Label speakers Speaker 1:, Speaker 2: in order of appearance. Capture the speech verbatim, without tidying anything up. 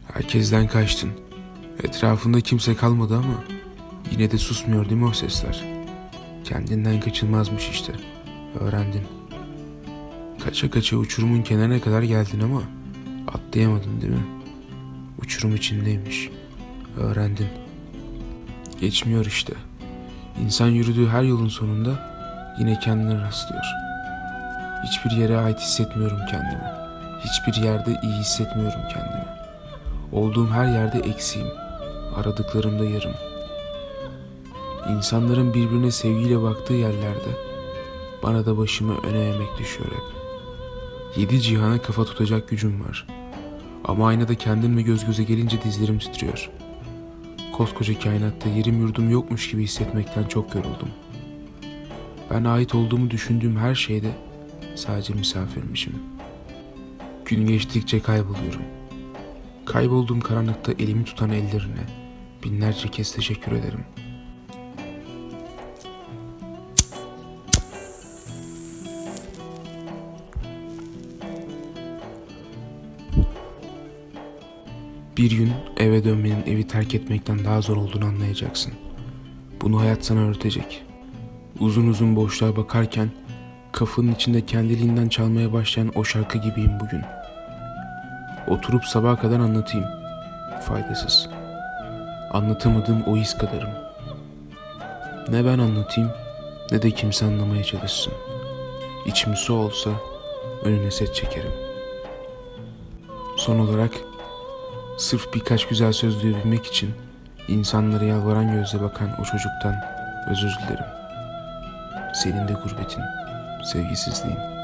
Speaker 1: Herkesten kaçtın. Etrafında kimse kalmadı ama yine de susmuyor değil mi o sesler? Kendinden kaçılmazmış işte. Öğrendin. Kaça kaça uçurumun kenarına kadar geldin ama atlayamadın değil mi? Uçurum içindeymiş. Öğrendin. Geçmiyor işte. İnsan yürüdüğü her yolun sonunda yine kendine rastlıyor. Hiçbir yere ait hissetmiyorum kendimi. Hiçbir yerde iyi hissetmiyorum kendimi. Olduğum her yerde eksiğim. Aradıklarımda yarım. İnsanların birbirine sevgiyle baktığı yerlerde bana da başımı öne eğmek düşüyor hep. Yedi cihana kafa tutacak gücüm var. Ama aynada kendimle göz göze gelince dizlerim titriyor. Koskoca kainatta yerim yurdum yokmuş gibi hissetmekten çok yoruldum. Ben ait olduğumu düşündüğüm her şeyde sadece misafirmişim. Gün geçtikçe kayboluyorum. Kaybolduğum karanlıkta elimi tutan ellerine binlerce kez teşekkür ederim. Bir gün eve dönmenin evi terk etmekten daha zor olduğunu anlayacaksın. Bunu hayat sana öğretecek. Uzun uzun boşluğa bakarken kafanın içinde kendiliğinden çalmaya başlayan o şarkı gibiyim bugün. Oturup sabaha kadar anlatayım. Faydasız. Anlatamadığım o his kadarım. Ne ben anlatayım ne de kimse anlamaya çalışsın. İçim su olsa önüne set çekerim. Son olarak sırf birkaç güzel söz duyabilmek için insanlara yalvaran gözle bakan o çocuktan özür dilerim. Senin de gurbetin, sevgisizliğin.